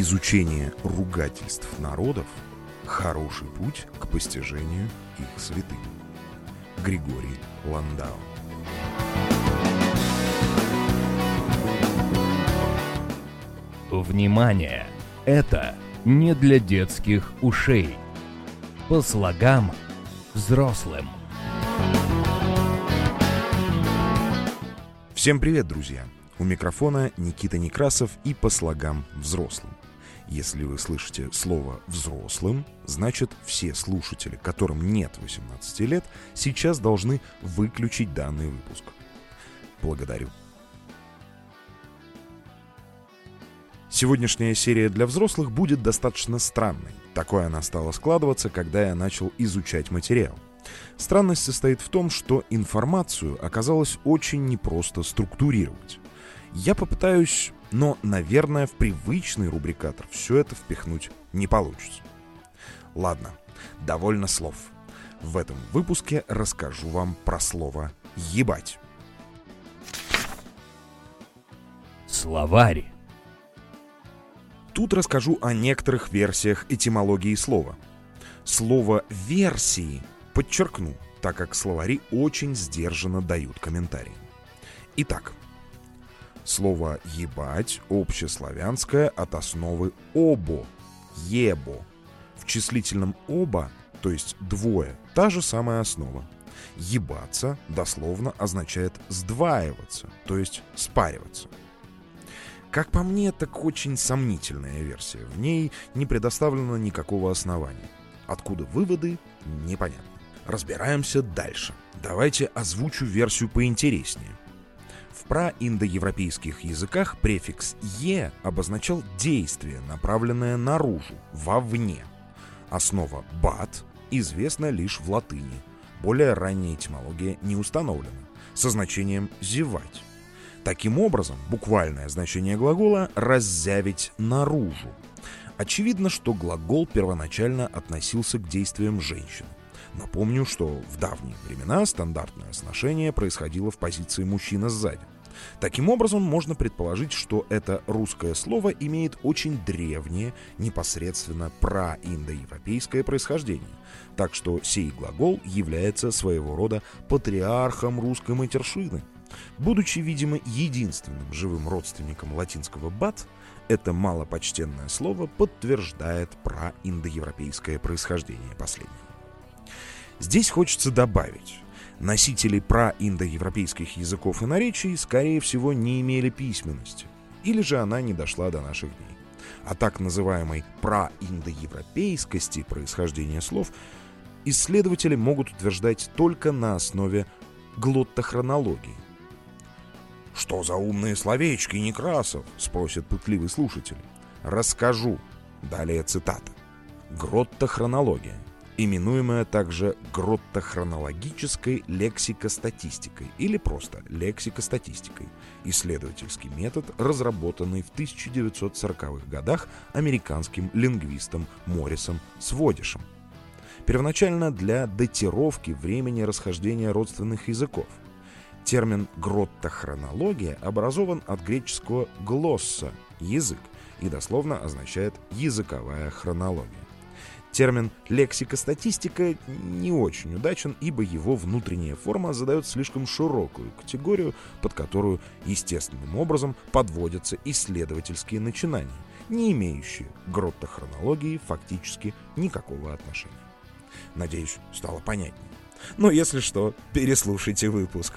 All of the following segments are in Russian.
Изучение ругательств народов – хороший путь к постижению их святынь. Григорий Ландау. Внимание! Это не для детских ушей. По слогам взрослым. Всем привет, друзья! У микрофона Никита Некрасов и по слогам взрослым. Если вы слышите слово «взрослым», значит, все слушатели, которым нет 18 лет, сейчас должны выключить данный выпуск. Благодарю. Сегодняшняя серия для взрослых будет достаточно странной. Такое она стала складываться, когда я начал изучать материал. Странность состоит в том, что информацию оказалось очень непросто структурировать. Я попытаюсь, но, наверное, в привычный рубрикатор все это впихнуть не получится. Ладно, довольно слов. В этом выпуске расскажу вам про слово «ебать». Словарь. Тут расскажу о некоторых версиях этимологии слова. Слово «версии» подчеркну, так как словари очень сдержанно дают комментарии. Итак, слово «ебать» общеславянское от основы «обо», «ебо». В числительном «оба», то есть двое, та же самая основа. «Ебаться» дословно означает «сдваиваться», то есть «спариваться». Как по мне, так очень сомнительная версия. В ней не предоставлено никакого основания. Откуда выводы, непонятно. Разбираемся дальше. Давайте озвучу версию поинтереснее. В праиндоевропейских языках префикс «е» обозначал действие, направленное наружу, вовне. Основа «бат» известна лишь в латыни. Более ранняя этимология не установлена, со значением «зевать». Таким образом, буквальное значение глагола «раззявить наружу». Очевидно, что глагол первоначально относился к действиям женщины. Напомню, что в давние времена стандартное сношение происходило в позиции мужчина сзади. Таким образом, можно предположить, что это русское слово имеет очень древнее, непосредственно праиндоевропейское происхождение, так что сей глагол является своего рода патриархом русской матершины. Будучи, видимо, единственным живым родственником латинского «бат», это малопочтенное слово подтверждает праиндоевропейское происхождение последнего. Здесь хочется добавить, носители праиндоевропейских языков и наречий, скорее всего, не имели письменности, или же она не дошла до наших дней. О так называемой праиндоевропейскости происхождения слов исследователи могут утверждать только на основе глоттохронологии. «Что за умные словечки, Некрасов?» — спросит пытливый слушатель. Расскажу. Далее цитата. Глоттохронология, именуемая также глоттохронологической лексикостатистикой или просто лексикостатистикой, исследовательский метод, разработанный в 1940-х годах американским лингвистом Моррисом Сводишем. Первоначально для датировки времени расхождения родственных языков. Термин «глоттохронология» образован от греческого «глосса» — язык и дословно означает «языковая хронология». Термин «лексикостатистика» не очень удачен, ибо его внутренняя форма задает слишком широкую категорию, под которую естественным образом подводятся исследовательские начинания, не имеющие к глоттохронологии фактически никакого отношения. Надеюсь, стало понятнее. Но если что, переслушайте выпуск.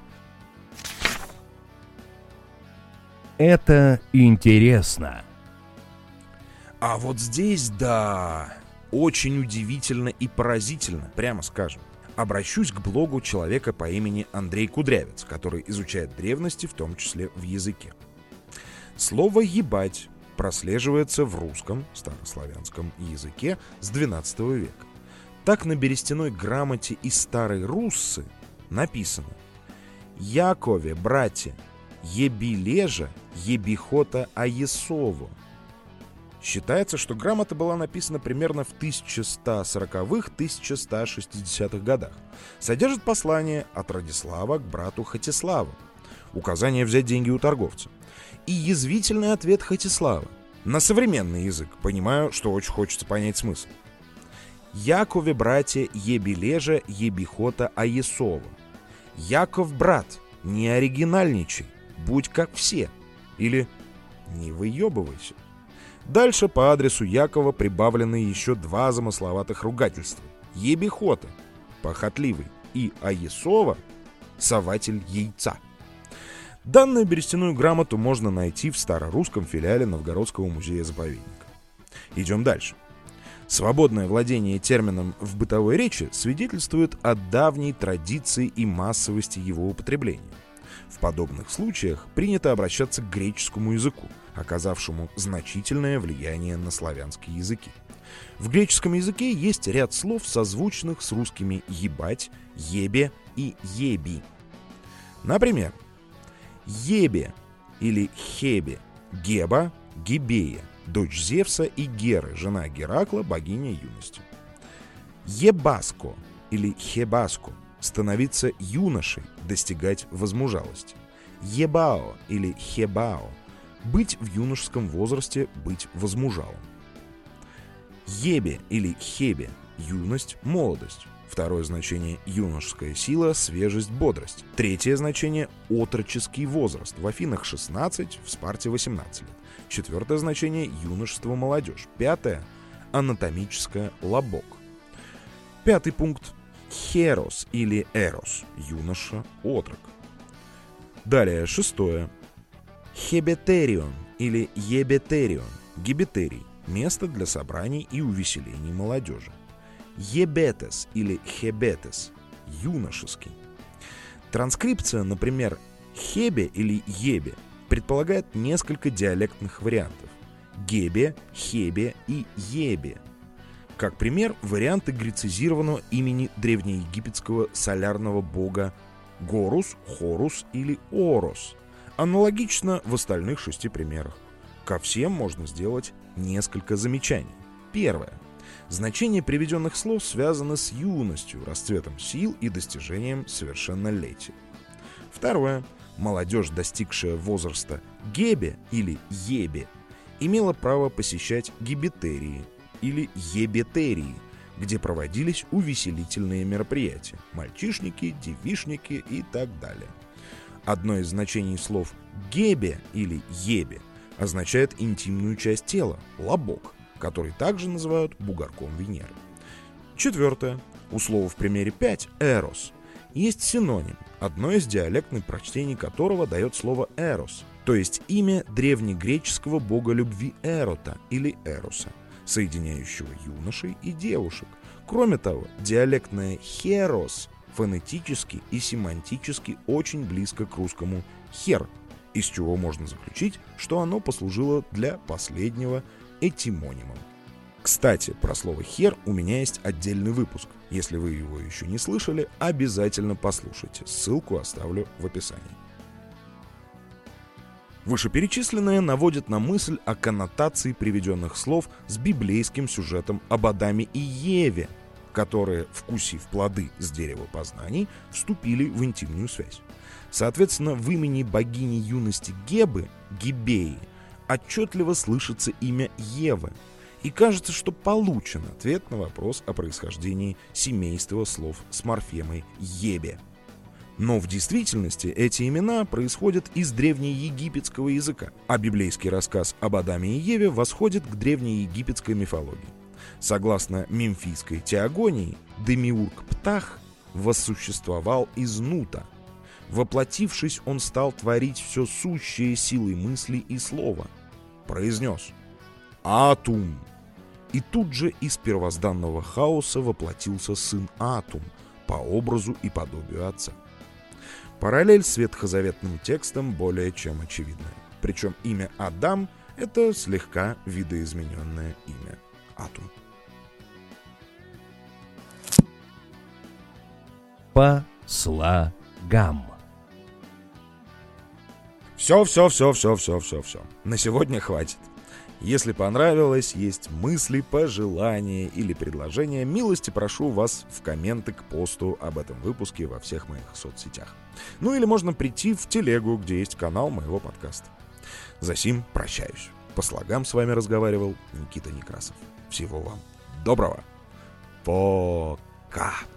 Это интересно. А вот здесь, да, очень удивительно и поразительно, прямо скажем. Обращусь к блогу человека по имени Андрей Кудрявец, который изучает древности, в том числе в языке. Слово «ебать» прослеживается в русском, старославянском языке с XII века. Так на берестяной грамоте из Старой Руссы написано: «Якове, братья, еби лежа, ебихота аесово». Считается, что грамота была написана примерно в 1140-1160-х годах. Содержит послание от Радислава к брату Хатиславу, указание взять деньги у торговца. И язвительный ответ Хатислава: На современный язык понимаю, что очень хочется понять смысл. Якове, братья, еби лежа, еби хота, а Есова. Яков, брат, не оригинальничай, будь как все. Или не выебывайся. Дальше по адресу Якова прибавлены еще два замысловатых ругательства. Ебихота — похотливый, и Аесова — сователь яйца. Данную берестяную грамоту можно найти в старорусском филиале Новгородского музея-заповедника. Идем дальше. Свободное владение термином в бытовой речи свидетельствует о давней традиции и массовости его употребления. В подобных случаях принято обращаться к греческому языку, оказавшему значительное влияние на славянские языки. В греческом языке есть ряд слов, созвучных с русскими «ебать», «ебе» и «еби». Например, «ебе» или «хебе», «геба», «гибея», дочь Зевса и Геры, жена Геракла, богиня юности. «Ебаско» или «хебаско» — становиться юношей, достигать возмужалости. «Ебао» или «хебао» — быть в юношеском возрасте, быть возмужалым. «Ебе» или «хебе» — юность, молодость. Второе значение — юношеская сила, свежесть, бодрость. Третье значение — отроческий возраст. В Афинах 16, в Спарте 18 лет. Четвертое значение — юношество, молодежь. Пятое — анатомическое — лобок. Пятый пункт — херос или эрос — юноша, отрок. Далее шестое — хебетерион или ебетерион — гибетерий, место для собраний и увеселений молодежи. Ебетес или хебетес — юношеский. Транскрипция, например, хебе или ебе, предполагает несколько диалектных вариантов — гебе, хебе и ебе. Как пример, варианты грецизированного имени древнеегипетского солярного бога Горус, Хорус или Орос. Аналогично в остальных 6 примерах. Ко всем можно сделать несколько замечаний. Первое. Значения приведенных слов связаны с юностью, расцветом сил и достижением совершеннолетия. Второе. Молодежь, достигшая возраста гебе или ебе, имела право посещать гибетерии или ебетерии, где проводились увеселительные мероприятия – мальчишники, девишники и так далее. Одно из значений слов «гебе» или «ебе» означает интимную часть тела – лобок, который также называют бугорком Венеры. Четвертое. У слова в примере 5 «эрос» есть синоним, одно из диалектных прочтений которого дает слово «эрос», то есть имя древнегреческого бога любви Эрота или Эроса, соединяющего юношей и девушек. Кроме того, диалектное «херос» фонетически и семантически очень близко к русскому «хер», из чего можно заключить, что оно послужило для последнего этимонимом. Кстати, про слово «хер» у меня есть отдельный выпуск. Если вы его еще не слышали, обязательно послушайте. Ссылку оставлю в описании. Вышеперечисленное наводит на мысль о коннотации приведенных слов с библейским сюжетом об Адаме и Еве, которые, вкусив плоды с дерева познаний, вступили в интимную связь. Соответственно, в имени богини юности Гебы, Гибеи, отчетливо слышится имя Евы, и кажется, что получен ответ на вопрос о происхождении семейства слов с морфемой «ебе». Но в действительности эти имена происходят из древнеегипетского языка, а библейский рассказ об Адаме и Еве восходит к древнеегипетской мифологии. Согласно мемфийской теогонии, демиург Птах воссуществовал из Нута. Воплотившись, он стал творить все сущее силой мысли и слова. Произнес «Атум». И тут же из первозданного хаоса воплотился сын Атум по образу и подобию отца. Параллель с ветхозаветным текстом более чем очевидная. Причем имя Адам — это слегка видоизмененное имя Атум. По слогам. Все. На сегодня хватит. Если понравилось, есть мысли, пожелания или предложения, милости прошу вас в комменты к посту об этом выпуске во всех моих соцсетях. Ну или можно прийти в телегу, где есть канал моего подкаста. Засим прощаюсь. По слогам с вами разговаривал Никита Некрасов. Всего вам доброго. Пока.